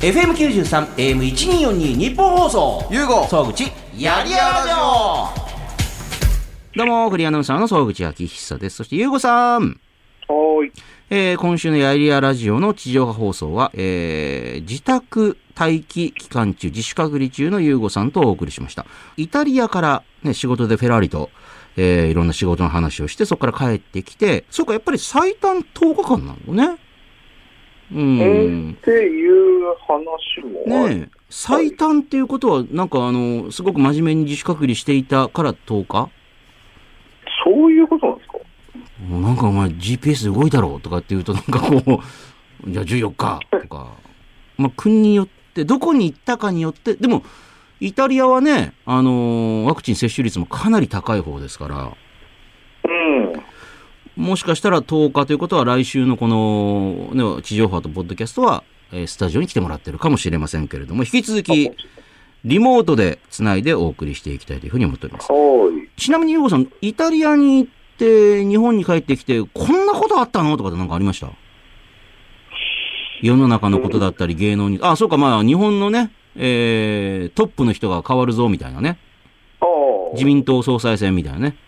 FM93 AM1242 日本放送ゆうご総口やりやらじょう。どうもフリーアナウンサーの総口昭久です。そしてゆうごさん、 はい。 今週のやりやラジオの地上波放送は、自宅待機期間中自主隔離中のゆうごさんとお送りしました。イタリアから、ね、仕事でフェラーリと、いろんな仕事の話をしてそこから帰ってきて、そうかやっぱり最短10日間なのね。 っていう話もある。 ねえ、最短っていうことはなんかすごく真面目に自主隔離していたから10日？ そういうことなんですか？ もうなんかお前 GPS で動いたろとかって言うとなんかこうじゃあ14日とかまあ国によってどこに行ったかによって、でもイタリアはねワクチン接種率もかなり高い方ですから、もしかしたら10日ということは来週のこの、ね、地上波とポッドキャストは、スタジオに来てもらってるかもしれませんけれども、引き続きリモートでつないでお送りしていきたいというふうに思っております。ちなみにゆうごさん、イタリアに行って日本に帰ってきてこんなことあったのとかって何かありました？世の中のことだったり芸能に、そうか、まあ日本のね、トップの人が変わるぞみたいなね、自民党総裁選みたいなね。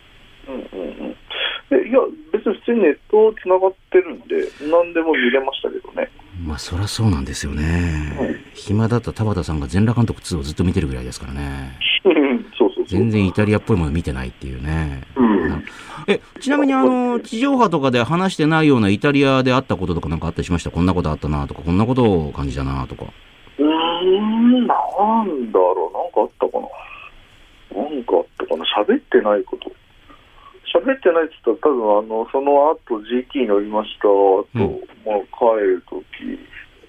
いや別に普通にネットつながってるんで何でも見れましたけどね。 まあそりゃそうなんですよね、暇だった田畑さんが全裸監督2をずっと見てるぐらいですからね。 そう全然イタリアっぽいもの見てないっていうね、ちなみに地上波とかで話してないようなイタリアであったこととかなんかあったりしました？こんなことあったなとか、こんなことを感じたなとか。 なんだろう、なんかあったかな。喋ってないことって言ったら多分その後 GT 乗りましたと、帰るときい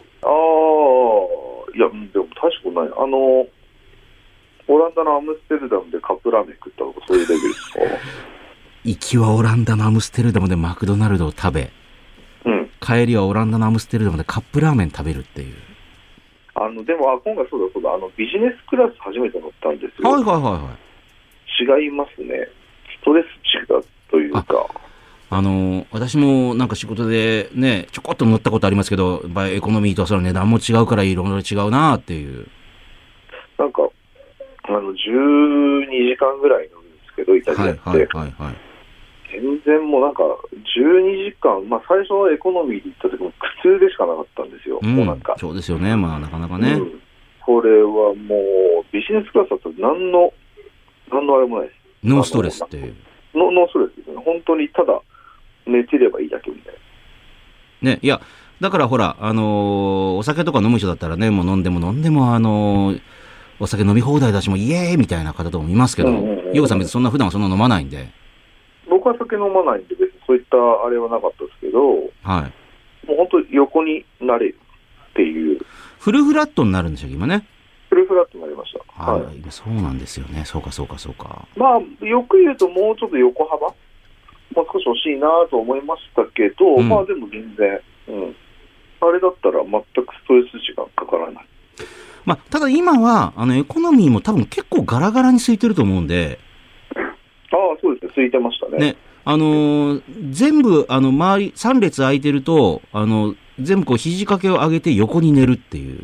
やでも大したことない。オランダのアムステルダムでカップラーメン食ったとかそういうレベルですか？ 行きはオランダのアムステルダムでマクドナルドを食べ、帰りはオランダのアムステルダムでカップラーメン食べるっていう。 でも今回そうだビジネスクラス初めて乗ったんですよ。違いますね。ストレス値だというか、 私もなんか仕事でねちょこっと乗ったことありますけど、エコノミーとその値段も違うからいろいろ違うなっていう。 なんか12時間ぐらい乗るんですけどイタリアって、全然もうなんか12時間、最初はエコノミーで行った時も苦痛でしかなかったんですよ。もうなんかそうですよね、なかなかね、 これはもうビジネスクラスだと何のあれもないです。 ノーストレスっていうノーストレスですね。本当にただ寝てればいいだけみたいなね。いやだからほらお酒とか飲む人だったらね、もう飲んでもお酒飲み放題だしもイエーイみたいな方とかもいますけど、ヨウさん別に普段はそんな飲まないんで。 僕は酒飲まないんで別にそういったあれはなかったですけど、もう本当に横になれるっていう。 フルフラットになるんでしょ今ね。 フルフラットになりました。 今そうなんですよね。そうか。 よく言うともうちょっと横幅もう少し欲しいなと思いましたけど、でも全然、あれだったら全くストレス値がかからない。 ただ今はエコノミーも多分結構ガラガラに空いてると思うんで。 そうですね、空いてましたね。 全部周り3列空いてると全部こう肘掛けを上げて横に寝るっていう。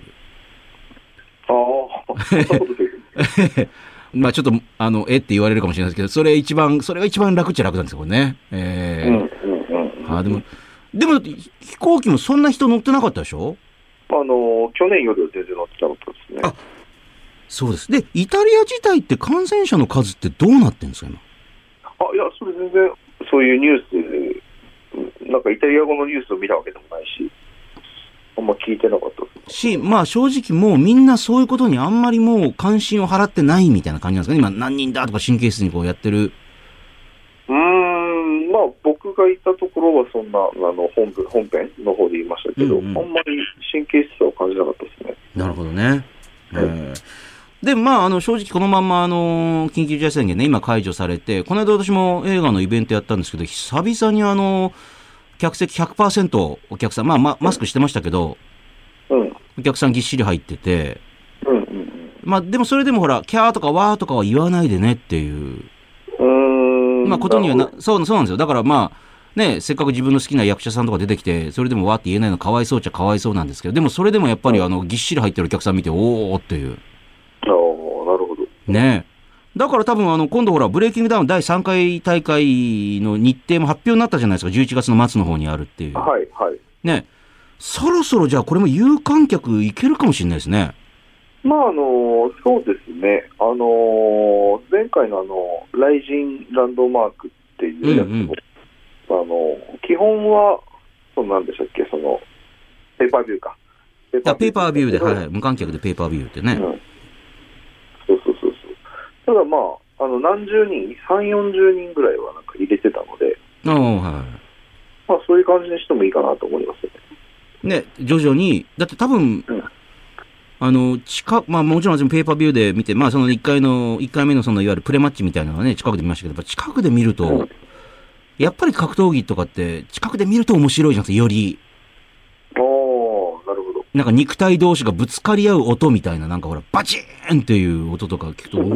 ちょっとって言われるかもしれないですけど、それが一番楽っちゃ楽なんですよね。でも飛行機もそんな人乗ってなかったでしょ？ 去年よりは全然乗ってなかったですね。 そうです。でイタリア自体って感染者の数ってどうなってるんですか今？ いやそれ全然そういうニュースなんかイタリア語のニュースを見たわけでもないし、あんま聞いてなかったですし、 正直もうみんなそういうことにあんまりもう関心を払ってないみたいな感じなんですかね。今何人だとか神経質にこうやってる。 僕がいたところはそんな本編の方で言いましたけど、あんまり神経質さを感じなかったですね。なるほどね。 で正直このまんま緊急事態宣言ね今解除されて、この間私も映画のイベントやったんですけど、久々に客席 100% お客さんマスクしてましたけど、お客さんぎっしり入ってて、でもそれでもほらキャーとかワーとかは言わないでねっていうことにはそうなんですよ。だからね、せっかく自分の好きな役者さんとか出てきて、それでもわーって言えないのかわいそうっちゃかわいそうなんですけど、でもそれでもやっぱりぎっしり入ってるお客さん見て、おーっていう。 ああ、なるほど。 ね。だから多分今度ほら、ブレイキングダウン第3回大会の日程も発表になったじゃないですか。11月の末の方にあるっていう。 はい、はい。 ね。そろそろじゃあこれも有観客いけるかもしれないですね。 まあ、そうですね。前回のライジンランドマークっていうやつも、基本は、なんでしたっけ、ペーパービューか。 ペーパービューで、はい。無観客でペーパービューってね。うん。 そう。ただまあ、何十人、3、40人ぐらいはなんか入れてたので、 はい。 まあ、そういう感じにしてもいいかなと思いますね。徐々に、だって多分、まあもちろん私もペーパービューで見て、まあその1回目のいわゆるプレマッチみたいなのはね、近くで見ましたけど、やっぱ近くで見ると、やっぱり格闘技とかって近くで見ると面白いじゃん、より。 なるほど。 なんか肉体同士がぶつかり合う音みたいな、なんかほら、バチーンっていう音とか聞くと、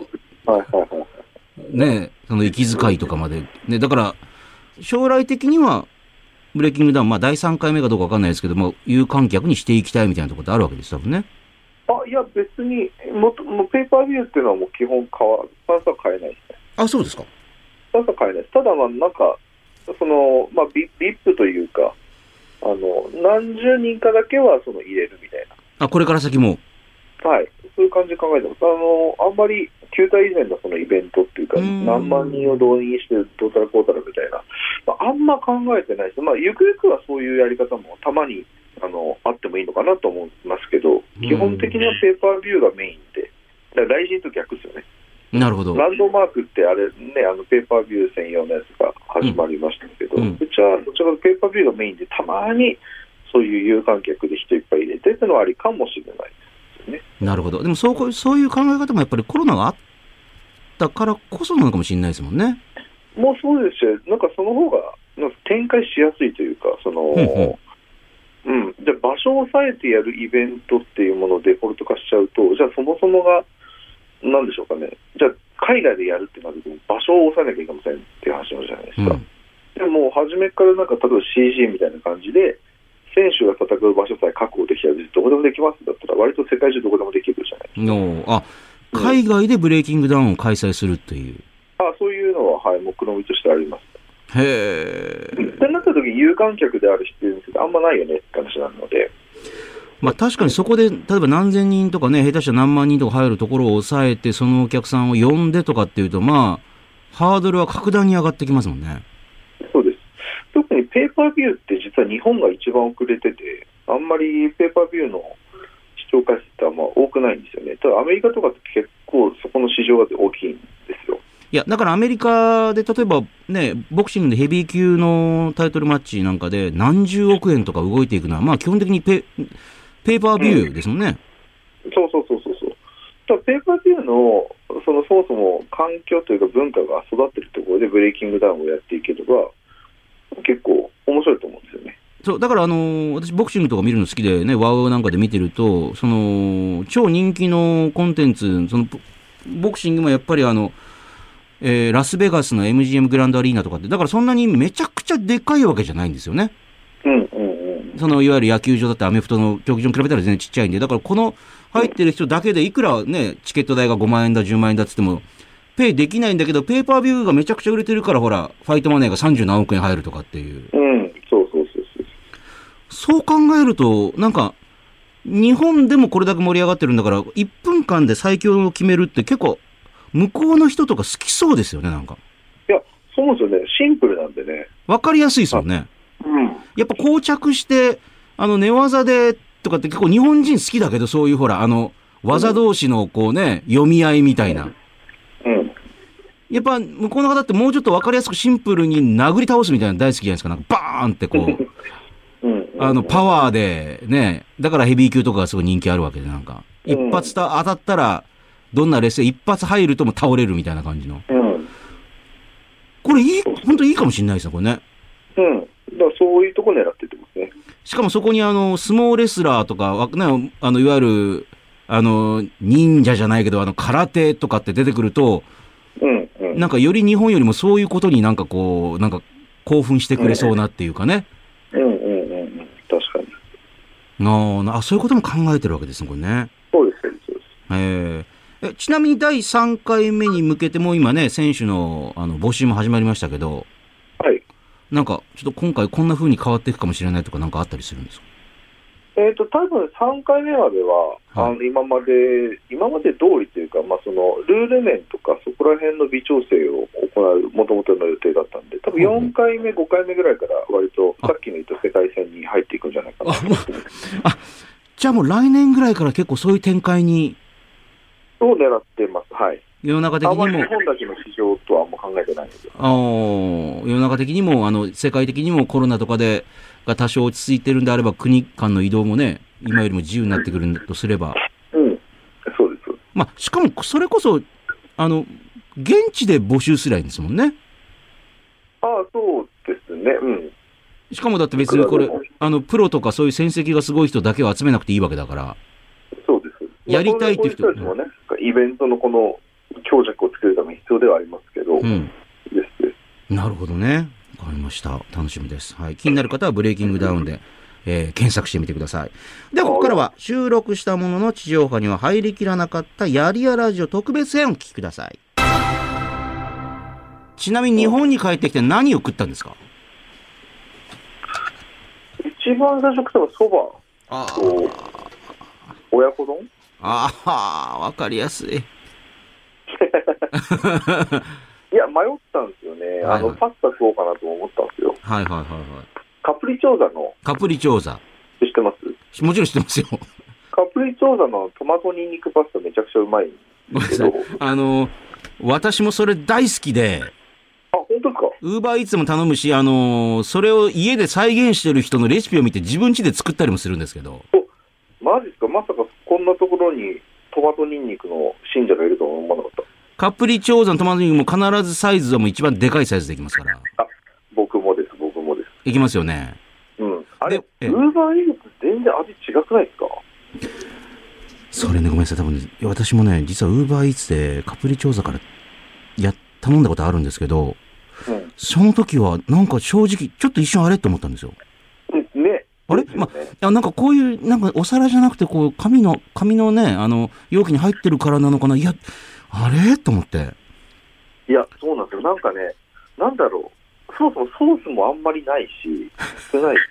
ね、その息遣いとかまで。ね、だから、将来的には、ブレイキングダウン、まあ第3回目かどうかわかんないですけども、有観客にしていきたいみたいなところってあるわけです、多分ね。 いや、別に、もうペーパービューっていうのはもう基本スタンスは変えないですね。 あ、そうですか。 スタンスは変えないです。ただ、まあ、なんか、まあ、VIP というか、何十人かだけは入れるみたいな。 これから先も。 はい。そういう感じで考えてます。あんまり、球体以前のイベントっていうか、何万人を動員してどうたらこうたらみたいな、まあ、あんま考えてないです。まあ、ゆくゆくはそういうやり方もたまにあってもいいのかなと思いますけど、基本的にはペーパービューがメインで、だからライジンと逆ですよね。 なるほど。 ランドマークってあれね、ペーパービュー専用のやつが始まりましたけど、うちはどちらかとペーパービューがメインで、たまにそういう有観客で人いっぱい入れてってのはありかもしれないですよね。なるほど。でもそういう考え方もやっぱりコロナがあったからこそなのかもしれないですもんね。 もうそうですし、なんかその方がなんか展開しやすいというか、じゃあ場所を抑えてやるイベントっていうものをデフォルト化しちゃうと、じゃあそもそもがなんでしょうかね、じゃあ海外でやるってなると場所を抑えなきゃいけませんっていう話もあるじゃないですか。でも初めからなんか例えば CG みたいな感じで選手が戦う場所さえ確保できたらどこでもできますだったら割と世界中どこでもできるじゃないですか。 海外でブレイキングダウンを開催するっていう。 そういうのは、はい、目論見としてあります。 へー。 ってなった時に有観客である必要性ってあんまないよねって話なので。 まあ確かにそこで、例えば何千人とかね、下手したら何万人とか入るところを抑えて、そのお客さんを呼んでとかっていうと、まあ、ハードルは格段に上がってきますもんね。 そうです。特にペーパービューって実は日本が一番遅れてて、あんまりペーパービューの視聴回数ってあんま多くないんですよね。ただアメリカとかって結構そこの市場が大きいんですよ。 いや、だからアメリカで例えばね、ボクシングでヘビー級のタイトルマッチなんかで何十億円とか動いていくのは、まあ基本的にペーパービューですもんね。 そう。ただペーパービューのそもそも環境というか文化が育っているところでブレイキングダウンをやっていければ結構面白いと思うんですよね。 そうだから私ボクシングとか見るの好きでね、ワウなんかで見てると、超人気のコンテンツ、ボクシングもやっぱりラスベガスの MGM グランドアリーナとかって、だからそんなにめちゃくちゃでかいわけじゃないんですよね。いわゆる野球場だってアメフトの競技場に比べたら全然ちっちゃいんで、だからこの入ってる人だけでいくらね、チケット代が5万円だ10万円だっつってもペイできないんだけど、ペーパービューがめちゃくちゃ売れてるからほら、ファイトマネーが30何億円入るとかっていう。そう考えると、なんか、日本でもこれだけ盛り上がってるんだから、1分間で最強を決めるって結構、向こうの人とか好きそうですよね、なんか。 いや、そうですよね。シンプルなんでね。 わかりやすいですよね。やっぱ膠着して、寝技でとかって結構日本人好きだけど、そういうほら、技同士のこうね、読み合いみたいな。やっぱ向こうの方ってもうちょっとわかりやすくシンプルに殴り倒すみたいなの大好きじゃないですか。なんかバーンってこう。パワーで、ね、だからヘビー級とかがすごい人気あるわけで、なんか。一発当たったら、どんな劣勢、一発入るとも倒れるみたいな感じの。これ本当いいかもしれないですね、これね。 だからそういうとこ狙ってってますね。 しかもそこに相撲レスラーとか、ね、いわゆる、忍者じゃないけど、空手とかって出てくると、なんかより日本よりもそういうことになんかこう、なんか興奮してくれそうなっていうかね。 うんうんうんうん。確かに。 そういうことも考えてるわけですね、これね。 そうです、そうです。 ちなみに第3回目に向けても今ね、選手の、募集も始まりましたけど、 はい。 なんか、ちょっと今回こんな風に変わっていくかもしれないとかなんかあったりするんですか？ 多分3回目までは、 はい今まで通りというか、そのルール面とか、そこら辺の微調整を行う、もともとの予定だったんで、多分4回目、5回目ぐらいから、割とさっきの言った世界戦に入っていくんじゃないかなと思ってます。 じゃあもう来年ぐらいから結構そういう展開に。 を狙ってます。はい。 世の中的にも。 あまり日本だけの市場とはあんま考えてないので。 世の中的にも、世界的にもコロナとかが多少落ち着いてるんであれば、国間の移動もね、今よりも自由になってくるんだとすれば。 うん。そうです。 しかも、それこそ、現地で募集すりゃいいんですもんね。 そうですね。うん。 しかもだって別にこれ、プロとかそういう戦績がすごい人だけを集めなくていいわけだから。 そうです。 やりたいっていう人。 そういう人たちもね、イベントのこの強弱をつけるために必要ではありますけど。です。 なるほどね。わかりました。楽しみです。はい。気になる方はブレイキングダウンで、検索してみてください。では、ここからは収録したものの地上波には入りきらなかったやりやラジオ特別編をお聞きください。ちなみに日本に帰ってきて何を食ったんですか？ 一番最初食ったのはそばと親子丼。 わかりやすい。いや、迷ったんですよね。パスタ食おうかなと思ったんですよ。 はい。 カプリチョーザの。 カプリチョーザ。 知ってます？ もちろん知ってますよ。 カプリチョーザのトマトニンニクパスタめちゃくちゃうまいんですけど。 私もそれ大好きで。 本当ですか？ ウーバーイーツも頼むし、それを家で再現してる人のレシピを見て自分家で作ったりもするんですけど。 マジですか？まさかこんなところにトマトニンニクの信者がいるとは思わなかった。 カプリチョーザのトマトニンニクも必ずサイズはもう一番でかいサイズでいきますから。 僕もです。 いきますよね。 うん。あれ、ウーバーイーツ全然味違くないですか？ それね、ごめんなさい。多分、私もね、実はウーバーイーツでカプリチョーザから頼んだことあるんですけど、その時はなんか正直ちょっと一瞬あれって思ったんですよ。 ね。 あれ、なんかこういうなんかお皿じゃなくてこう紙のね容器に入ってるからなのかな。いや、あれと思って。 いや、そうなんですよ。なんかね、なんだろう。そもそもソースもあんまりないし、少ないし。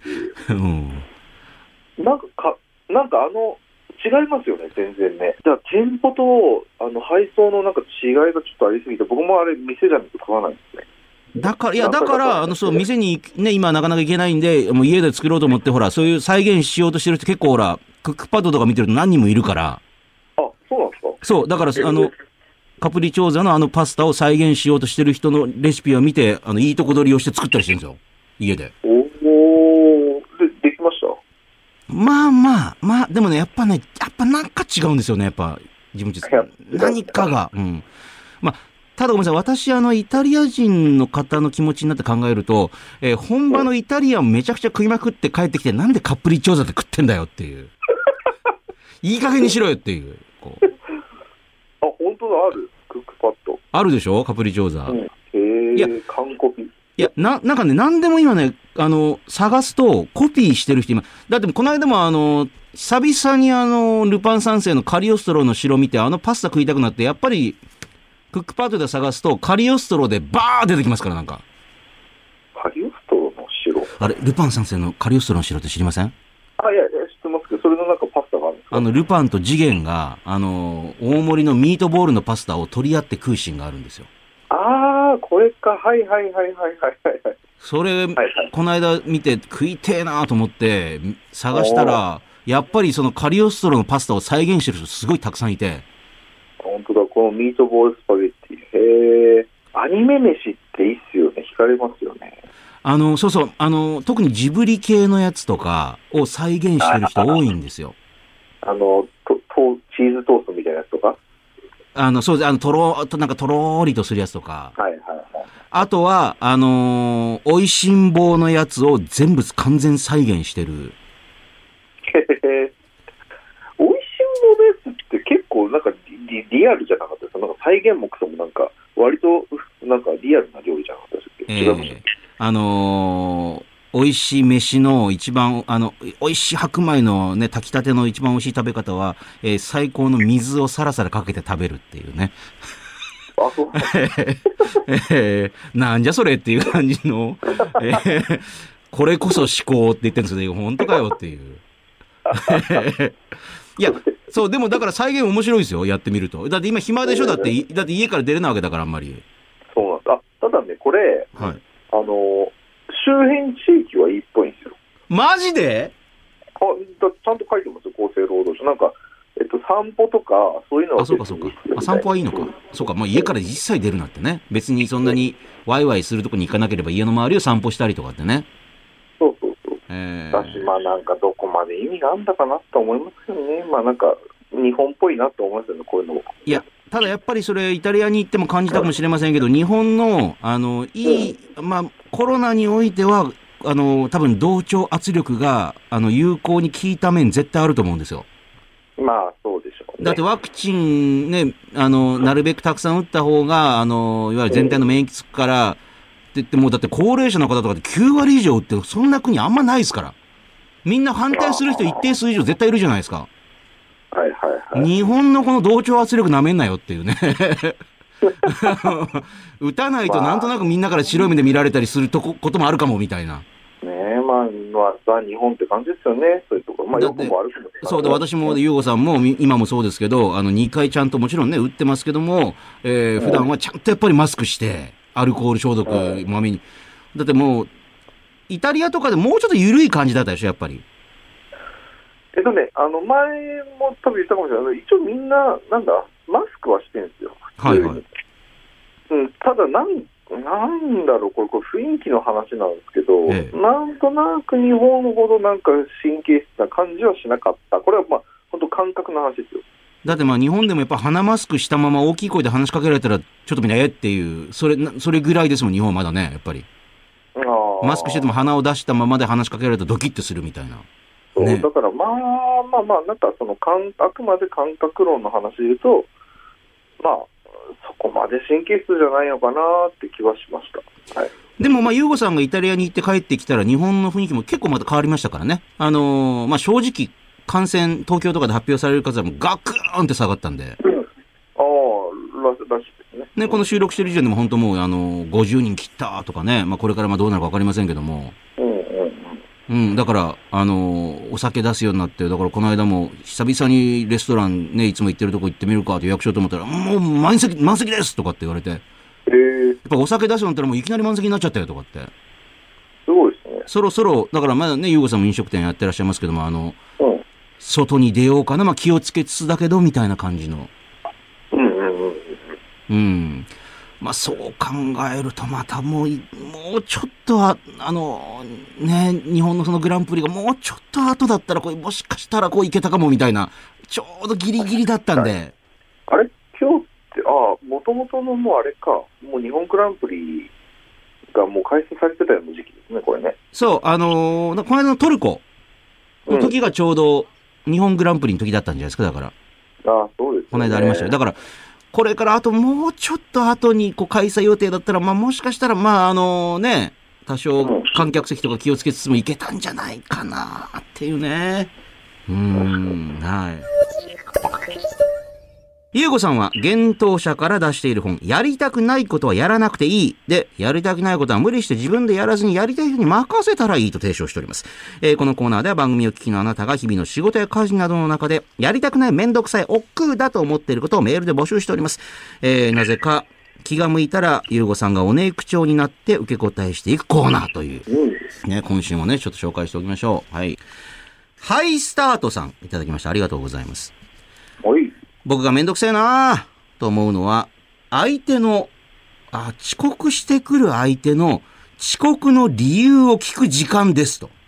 なんか違いますよね、全然ね。だから店舗と配送のなんか違いがちょっとありすぎて、僕もあれ店じゃなくて買わないんですね。 だからそう店にね今なかなか行けないんで、もう家で作ろうと思ってほらそういう再現しようとしてる人結構ほらクックパッドとか見てると何人もいるから。 そうなんですか？そうだからカプリチョーザのパスタを再現しようとしてる人のレシピを見ていいとこ取りをして作ったりしてるんですよ、家で。 できました？ でもねやっぱなんか違うんですよね、やっぱ自分自身何かが。ただごめんなさい、私イタリア人の方の気持ちになって考えると、本場のイタリアンめちゃくちゃ食いまくって帰ってきて、なんでカプリチョーザで食ってんだよっていういい加減にしろよっていう。 本当だ、あるクックパッドあるでしょ、カプリチョーザ。 いや、完コピ。 いや、なんかね、なんでも今ね、探すとコピーしてる人今、だってこの間も久々にルパン三世のカリオストロの城見て、パスタ食いたくなって、やっぱり、クックパッドで探すと、カリオストロでバー出てきますから、なんか。 カリオストロの城？ あれ、ルパン三世のカリオストロの城って知りません？ いや、知ってますけど、それのなんかパスタがあるんですか？ ルパンと次元が、大盛りのミートボールのパスタを取り合って食うシーンがあるんですよ。 これか。はい。 それ、この間見て食いてえなと思って探したら、やっぱりそのカリオストロのパスタを再現してる人すごいたくさんいて。 本当だ、このミートボールスパゲッティ。アニメ飯っていいっすよね。惹かれますよね。 特にジブリ系のやつとかを再現してる人多いんですよ。 チーズトーストみたいなやつとか。 そうです。なんかとろーりとするやつとか。あとは、おいしん坊のやつを全部完全再現してる。 おいしん坊のやつって結構なんかリアルじゃなかったですか？なんか再現もクソもなんか割となんかリアルな料理じゃなかったですっけ？違いましたっけ？ 美味しい飯の一番、美味しい白米のね、炊きたての一番美味しい食べ方は、最高の水をさらさらかけて食べるっていうね。 あ、そうなんじゃそれっていう感じの、これこそ思考って言ってるんですけど、本当かよっていう。いや、そう、でもだから再現面白いですよ、やってみると。だって今暇でしょ、だって家から出れないわけだから、あんまり。 そうなんだ。ただね、これ、 はい。 周辺地域はいいっぽいんですよ。 マジで？ ちゃんと書いてますよ、厚生労働省。なんか、散歩とか、そういうのは。 あ、そうかそうか。散歩はいいのか。そうか、まあ家から一切出るなってね。別にそんなにワイワイするとこに行かなければ家の周りを散歩したりとかってね。 そうそうそう。私、まあなんかどこまで意味があるんだかなと思いますけどね。まあなんか、日本っぽいなと思いますよね、こういうのも。 いや、ただやっぱりそれイタリアに行っても感じたかもしれませんけど、日本の、まあコロナにおいては、多分同調圧力が、有効に効いた面絶対あると思うんですよ。 まあ、そうでしょうね。 だってワクチンね、なるべくたくさん打った方が、いわゆる全体の免疫つくから、って言っても、だって高齢者の方とかって9割以上って、そんな国あんまないですから。みんな反対する人一定数以上絶対いるじゃないですか。 はいはいはい。 日本のこの同調圧力なめんなよっていうね。打たないとなんとなくみんなから白い目で見られたりすることもあるかもみたいな。 ねえ、まあ、日本って感じですよね、そういうところ。まあ、よくも悪くも、ね。 そうで、私も、ゆうごさんも、今もそうですけど、2回ちゃんともちろんね、打ってますけども、普段はちゃんとやっぱりマスクして、アルコール消毒まめに。だってもう、イタリアとかでもうちょっと緩い感じだったでしょ、やっぱり。 前も多分言ったかもしれないけど、一応みんな、なんだ、マスクはしてるんですよ。 はいはい。 ただなんだろう、これ雰囲気の話なんですけど、なんとなく日本ほどなんか神経質な感じはしなかった。これはまあ、本当感覚の話ですよ。 だってまあ日本でもやっぱ鼻マスクしたまま大きい声で話しかけられたら、ちょっとみんなっていう、それぐらいですもん、日本はまだね、やっぱり。マスクしてても鼻を出したままで話しかけられるとドキッとするみたいな。 そう、ね、だからまあ、なんかあくまで感覚論の話で言うと、まあ、そこまで神経質じゃないのかなって気はしました。はい。 でもまあ、ゆうごさんがイタリアに行って帰ってきたら、日本の雰囲気も結構また変わりましたからね。まあ正直、感染、東京とかで発表される数はもうガクーンって下がったんで。らしいですね。ね、この収録してる時点でも本当もう、50人切ったとかね、まあこれからまあどうなるかわかりませんけども。だから、お酒出すようになって、だからこの間も久々にレストランね、いつも行ってるとこ行ってみるかって予約しようと思ったら、もう満席ですとかって言われて。やっぱお酒出すようになったらもういきなり満席になっちゃったよとかって。 すごいですね。 そろそろ、だからまだね、ゆうごさんも飲食店やってらっしゃいますけども、外に出ようかな、まあ気をつけつつだけど、みたいな感じの。まあそう考えるとまたもうちょっとはね、日本のそのグランプリがもうちょっと後だったらもしかしたらいけたかもみたいな、ちょうどギリギリだったんで。 あれ今日ってもともとのもうあれか、もう日本グランプリがもう開催されてたような時期ですね、これね。 そう、この間のトルコの時がちょうど日本グランプリの時だったんじゃないですか、だから。 そうですね。 この間ありましたよ。だからこれからあともうちょっと後に開催予定だったら、まあもしかしたらね、多少観客席とか気をつけつつもいけたんじゃないかなっていうね。はい。ゆうごさんは幻冬舎から出している本、やりたくないことはやらなくていいで、やりたくないことは無理して自分でやらずにやりたい人に任せたらいいと提唱しております。このコーナーでは番組を聞きのあなたが日々の仕事や家事などの中でやりたくない、めんどくさい、億劫だと思っていることをメールで募集しております。なぜか気が向いたらゆうごさんがおね口調になって受け答えしていくコーナーという、ね、今週もねちょっと紹介しておきましょう。はい、ハイスタートさんいただきました。ありがとうございます。僕がめんどくせえなと思うのは、相手の遅刻してくる相手の遅刻の理由を聞く時間ですと。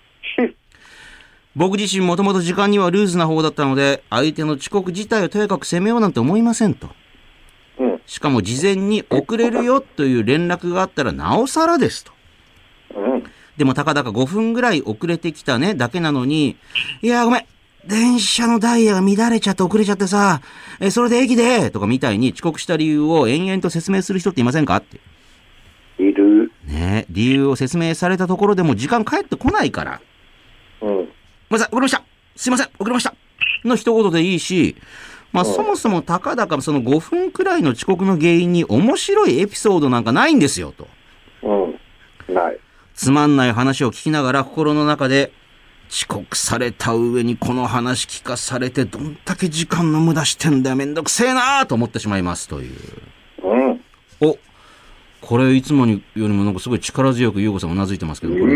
僕自身もともと時間にはルーズな方だったので、相手の遅刻自体をとやかく責めようなんて思いませんと。しかも事前に遅れるよという連絡があったらなおさらですと。でもたかだか5分ぐらい遅れてきたねだけなのに、いやごめん、電車のダイヤが乱れちゃって遅れちゃってさ、それで駅でとかみたいに遅刻した理由を延々と説明する人っていませんかって。 いる。 ね、理由を説明されたところでも時間返ってこないから。 うん。 ごめんなさい、遅れました。すいません、遅れました。の一言でいいし、まあ、そもそもたかだかその5分くらいの遅刻の原因に面白いエピソードなんかないんですよと。 うん。ない。 つまんない話を聞きながら心の中で、遅刻された上にこの話聞かされてどんだけ時間の無駄してんだよ、めんどくせえなーと思ってしまいますという。 うん。 お、これいつもよりもなんかすごい力強く優子さんうなずいてますけど、これ、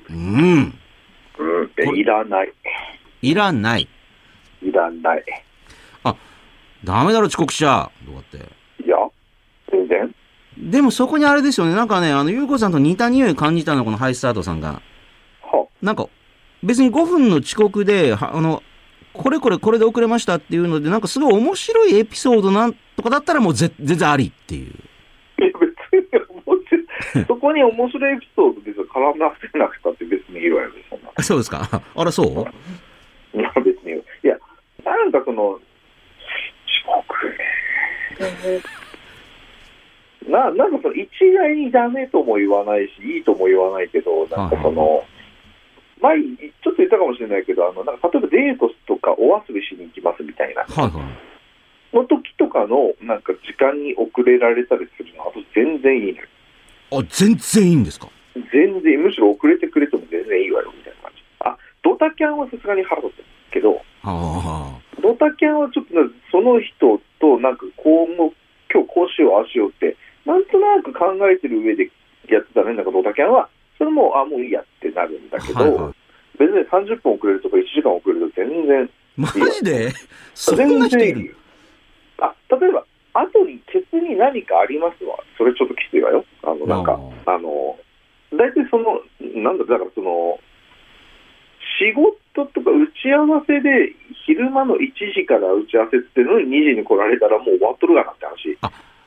いらない。 いらない。 いらない。 あ、ダメだろ遅刻しちゃう。どうやって。 いや、全然。 でもそこにあれですよね、なんかね、優子さんと似た匂い感じたの、このハイスタートさんが。なんか、別に5分の遅刻で、これで遅れましたっていうので、なんかすごい面白いエピソードなんとかだったらもう全然ありっていう。 別に面白い。そこに面白いエピソード別に絡ませなくたって別にいいわよね、そんな。 そうですか。あら、そういや、別に。いや、なんかその、遅刻ね。なんかその、一概にダメとも言わないし、いいとも言わないけど、なんかその、前、ちょっと言ったかもしれないけど、なんか例えばデートとかお遊びしに行きますみたいな、の時とかの、なんか時間に遅れられたりするのは、全然いいのよ。 あ、全然いいんですか？ 全然、むしろ遅れてくれても全然いいわよ、みたいな感じ。ドタキャンはさすがに腹立つけど、ドタキャンはちょっと、その人と、なんか今日こうしよう、ああしようって、なんとなく考えてる上でやってたね、なんかドタキャンは、それも、もういいやってなるんだけど、別に30分遅れるとか1時間遅れると全然。 マジで？そんな人いる？ 例えば、後にケツに何かありますわ。それちょっときついわよ。なんか、大体その、だからその、仕事とか打ち合わせで、昼間の1時から打ち合わせってのに2時に来られたらもう終わっとるがなって話。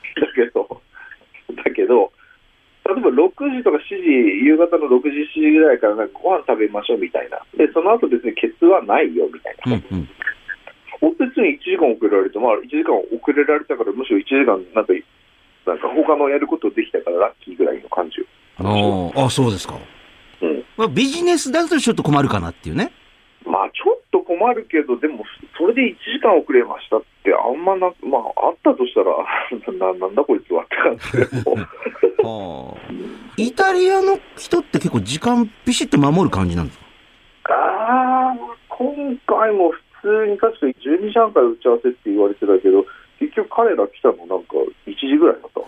だけど、例えば6時とか7時、夕方の6時、7時ぐらいからなんかご飯食べましょうみたいな。で、その後別にケツはないよみたいな。別に1時間遅れられて、1時間遅れられたから、むしろ1時間なんか他のやることできたからラッキーぐらいの感じよ。 そうですか。ビジネスだとちょっと困るかなっていうね。 ちょっと困るけど、でも、それで1時間遅れましたって、あんまあったとしたら、なんだこいつはって感じで。 イタリアの人って結構時間ビシッと守る感じなんですか？ 今回も普通に確かに12時半から打ち合わせって言われてたけど、結局彼ら来たのなんか1時ぐらいだった。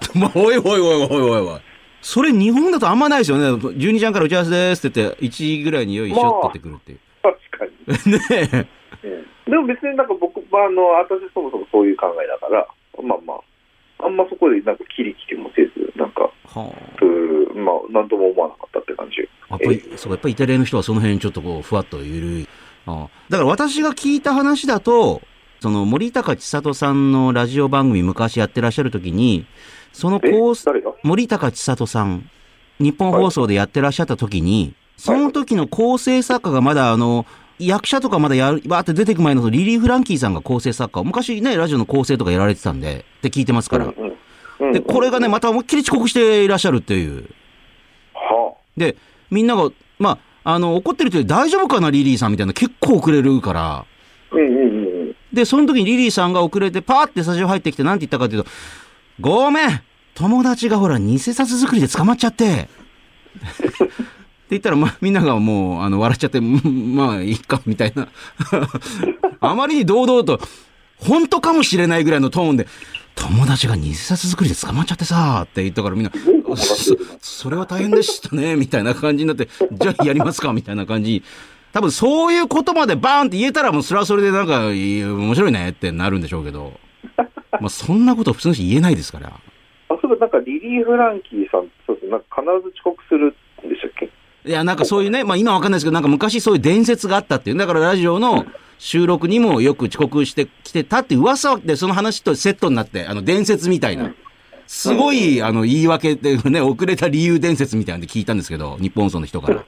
おい。それ日本だとあんまないですよね。12時半から打ち合わせですって言って、1時ぐらいによいしょって言ってくるっていう。 確かに。ねえ。でも別になんか僕は私そもそもそういう考えだから、あんまそこでなんかキリもせず、なんか、なんとも思わなかったって感じ。 やっぱりイタリアの人はその辺ちょっとこう、ふわっと緩い。だから私が聞いた話だと、その森高千里さんのラジオ番組昔やってらっしゃるときに、森高千里さん、日本放送でやってらっしゃったときに、その時の構成作家がまだ役者とかまだバーって出てく前のリリー・フランキーさんが構成作家を、昔ね、ラジオの構成とかやられてたんで、って聞いてますから。で、これがね、また思いっきり遅刻していらっしゃるっていう。で、みんなが、怒ってるって大丈夫かな、リリーさんみたいな、結構遅れるから。で、その時にリリーさんが遅れて、パーってスタジオ入ってきて、なんて言ったかというと、ごめん、友達がほら、偽札作りで捕まっちゃって。って言ったら、みんながもう、笑っちゃって、いいか、みたいな。あまりに堂々と、本当かもしれないぐらいのトーンで、友達が偽札作りで捕まっちゃってさ、って言ったからみんな、それは大変でしたね、みたいな感じになって、じゃあやりますか、みたいな感じ。多分そういうことまでバーンって言えたら、もうそれはそれでなんか、面白いねってなるんでしょうけど、そんなこと普通の人言えないですから。 そうなんかリリー・フランキーさん、なんか必ず遅刻するんでしたっけ？ いや、なんかそういうね、今わかんないですけど、なんか昔そういう伝説があったっていう。だからラジオの収録にもよく遅刻してきてたって噂で、その話とセットになって、伝説みたいな。すごい、言い訳でね、遅れた理由伝説みたいなんで聞いたんですけど、日本放送の人から。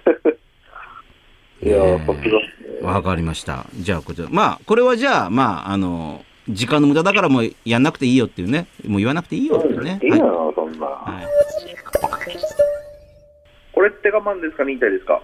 いやー、 わかりました。じゃあ、こちら。これはじゃあ、時間の無駄だからもうやんなくていいよっていうね。もう言わなくていいよっていうね。 いいな、そんな。 はい。 これって我慢ですか、忍耐ですか？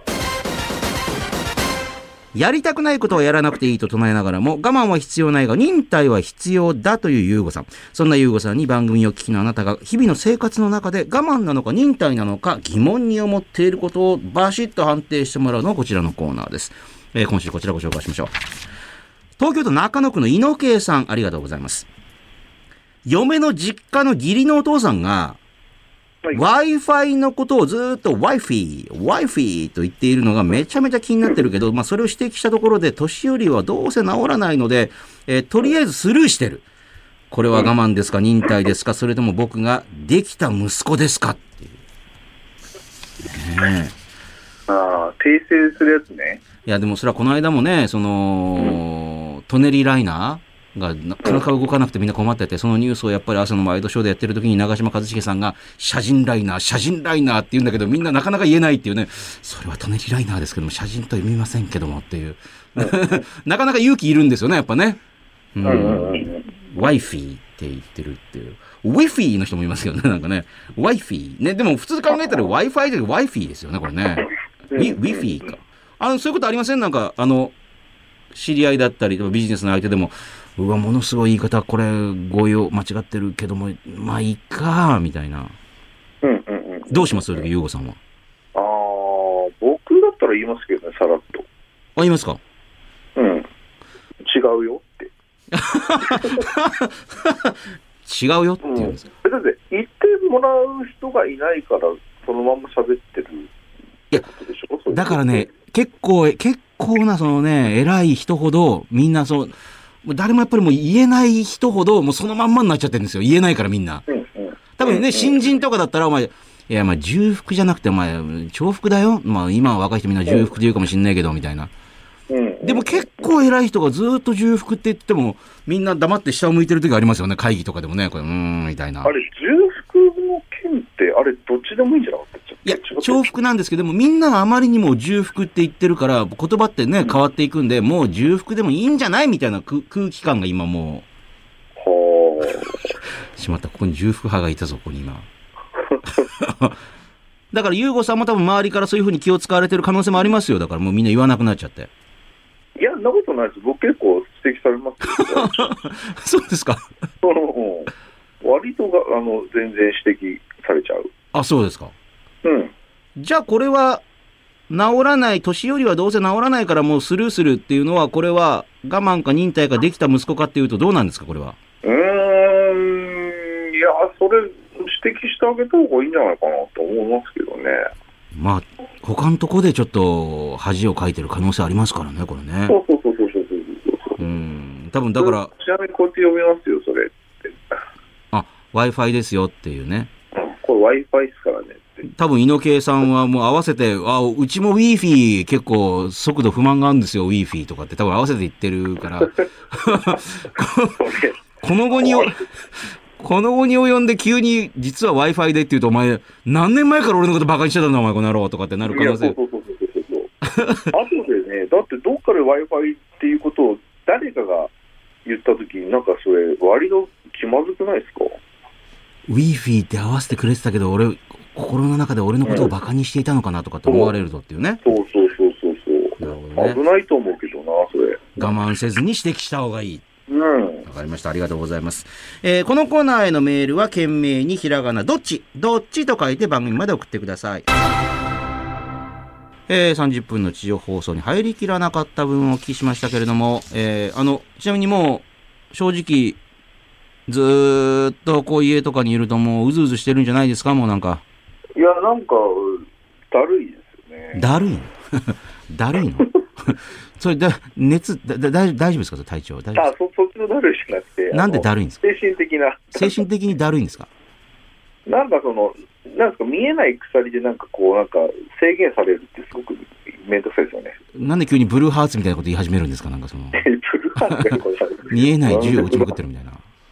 やりたくないことはやらなくていいと唱えながらも、我慢は必要ないが忍耐は必要だというゆうごさん。そんなゆうごさんに番組を聞きのあなたが日々の生活の中で我慢なのか忍耐なのか疑問に思っていることをバシッと判定してもらうのはこちらのコーナーです。今週こちらご紹介しましょう。東京都中野区の猪ノさん、ありがとうございます。嫁の実家の義理のお父さんが、Wi-Fi のことをずっと Wi-Fi と言っているのがめちゃめちゃ気になってるけど、それを指摘したところで年寄りはどうせ治らないので、とりあえずスルーしてる。これは我慢ですか、忍耐ですか、それとも僕ができた息子ですかっていう。 訂正するやつね。 いやでもそれはこの間もね、トネリライナーがなかなか動かなくてみんな困ってて、そのニュースをやっぱり朝のワイドショーでやってる時に長嶋一茂さんが車人ライナーって言うんだけど、みんななかなか言えないっていうね。それはトネリライナーですけども車人と読みませんけどもっていうなかなか勇気いるんですよね、やっぱね。Wi-Fi って言ってるっていう。Wi-Fi の人もいますけどね、なんかね。Wi-Fi ね、でも普通考えたら Wi-Fi で Wi-Fi ですよね、これね。Wi-Fi か。そういうことありません？なんか知り合いだったりビジネスの相手でも、うわものすごい言い方、これ語彙を間違ってるけどもまあいいかみたいな。どうします？そういう時、ゆうごさんは。 僕だったら言いますけどね、さらっと。 言いますか？ 違うよって違うよって言うんですか？ だって言ってもらう人がいないからそのまま喋ってるってことでしょ。 だからね、結構なそのね、偉い人ほどみんな誰もやっぱりもう言えない人ほどもうそのまんまになっちゃってるんですよ。言えないからみんな。多分ね、新人とかだったらお前、いや重複じゃなくてお前重複だよ。今は若い人みんな重複で言うかもしんないけどみたいな。でも結構偉い人がずっと重複って言ってもみんな黙って下を向いてる時ありますよね。会議とかでもね、これみたいな。 あれ重複の件ってあれどっちでもいいんじゃなかった？ いや重複なんですけども、みんながあまりにも重複って言ってるから言葉ってね変わっていくんで、もう重複でもいいんじゃないみたいな空気感が今もうしまった。ここに重複派がいたぞ、ここに今だからゆうごさんも多分周りからそういう風に気を使われてる可能性もありますよ。だからもうみんな言わなくなっちゃって。 いや、そんなことないです。僕結構指摘されますそうですか。 割と全然指摘されちゃう。 あ、そうですか。じゃあこれは治らない、年寄りはどうせ治らないからもうスルーするっていうのは、これは我慢か忍耐かできた息子かっていうとどうなんですか、これは。 いや、それ指摘してあげた方がいいんじゃないかなと思いますけどね。 他のところでちょっと恥をかいてる可能性ありますからね、これね。 そう。 多分だから。 ちなみにこっち読みますよ、それって。 Wi-Fi ですよっていうね。 これ Wi-Fi ですからね。 多分猪ノさんはもう合わせて、うちも Wi-Fi 結構速度不満があるんですよ、Wi-Fi とかって多分合わせて言ってるから。この後に及んで急に実は Wi-Fi でって言うと、お前何年前から俺のことバカにしてたんだお前この野郎とかってなる可能性。 そう。あとでね、だってどっかで Wi-Fi っていうことを誰かが言ったときになんかそれ割と気まずくないですか？ Wi-Fi って合わせてくれてたけど俺心の中で俺のことをバカにしていたのかなとかって思われるとっていうね。 そう。 なるほどね。 危ないと思うけどな、それ。 我慢せずに指摘した方がいい。わかりました。ありがとうございます。このコーナーへのメールは懸命にひらがなどっちと書いて番組まで送ってください。30分の地上放送に入りきらなかった分をお聞きしましたけれども、ちなみにもう正直ずーっとこう家とかにいるともううずうずしてるんじゃないですか？もうなんか。 いや、なんかだるいですよね。 だるいのだるいのそれ熱大丈夫ですか？体調大丈夫ですか？ そっちのだるいじゃなくて、 なんでだるいんですか？精神的にだるいんですか？ なんかなんですか、見えない鎖でなんか制限されるってすごく面倒くさいですよね。なんで急にブルーハーツみたいなこと言い始めるんですか？なんかブルーハーツ見えない銃を撃ちまくってるみたいな。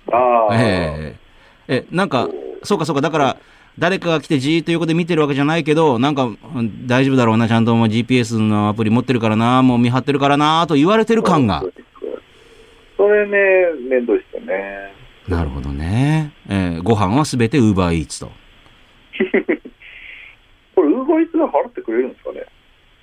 なんかそうかだから誰かが来てじーっと横で見てるわけじゃないけど、なんか大丈夫だろうな、ちゃんとGPS のアプリ持ってるからな、もう見張ってるからなと言われてる感が。 それね、面倒ですよね。 なるほどね。ご飯はすべて Uber Eats と。 これ Uber バーイーツ代払ってくれるんですかね。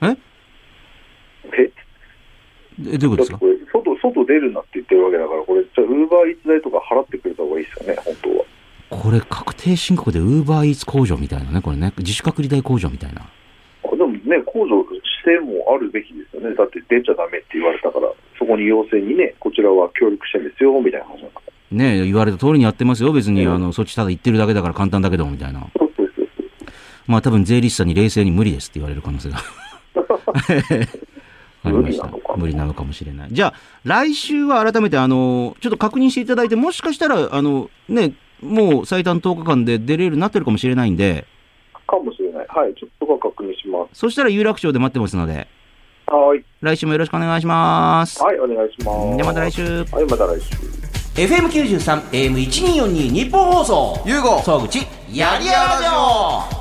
どういうことですか？ これ外出るなって言ってるわけだから、これ、ウーバーイーツ代とか払ってくれた方がいいですよね、本当は。 これ、確定申告でウーバーイーツ控除みたいなね、これね、自主隔離代控除みたいな。 でもね、控除してもあるべきですよね。だって出ちゃダメって言われたから、そこに要請にね、こちらは協力してるんですよ、みたいな話なんだ。 ね、言われた通りにやってますよ、別に、そっちただ言ってるだけだから簡単だけどもみたいな。 そうまあ多分税理士さんに冷静に無理ですって言われる可能性がありました。無理なのかもしれない。じゃあ来週は改めてちょっと確認していただいて、もしかしたらね、もう最短10日間で出れるようになってるかもしれないんで。 かもしれない。はい、ちょっと確認します。 そしたら有楽町で待ってますので。 はい。 来週もよろしくお願いします。 はい、お願いします。 ではまた来週。 はい、また来週。 FM93 AM1242 日本放送。 ゆうご総口やりやらじょう。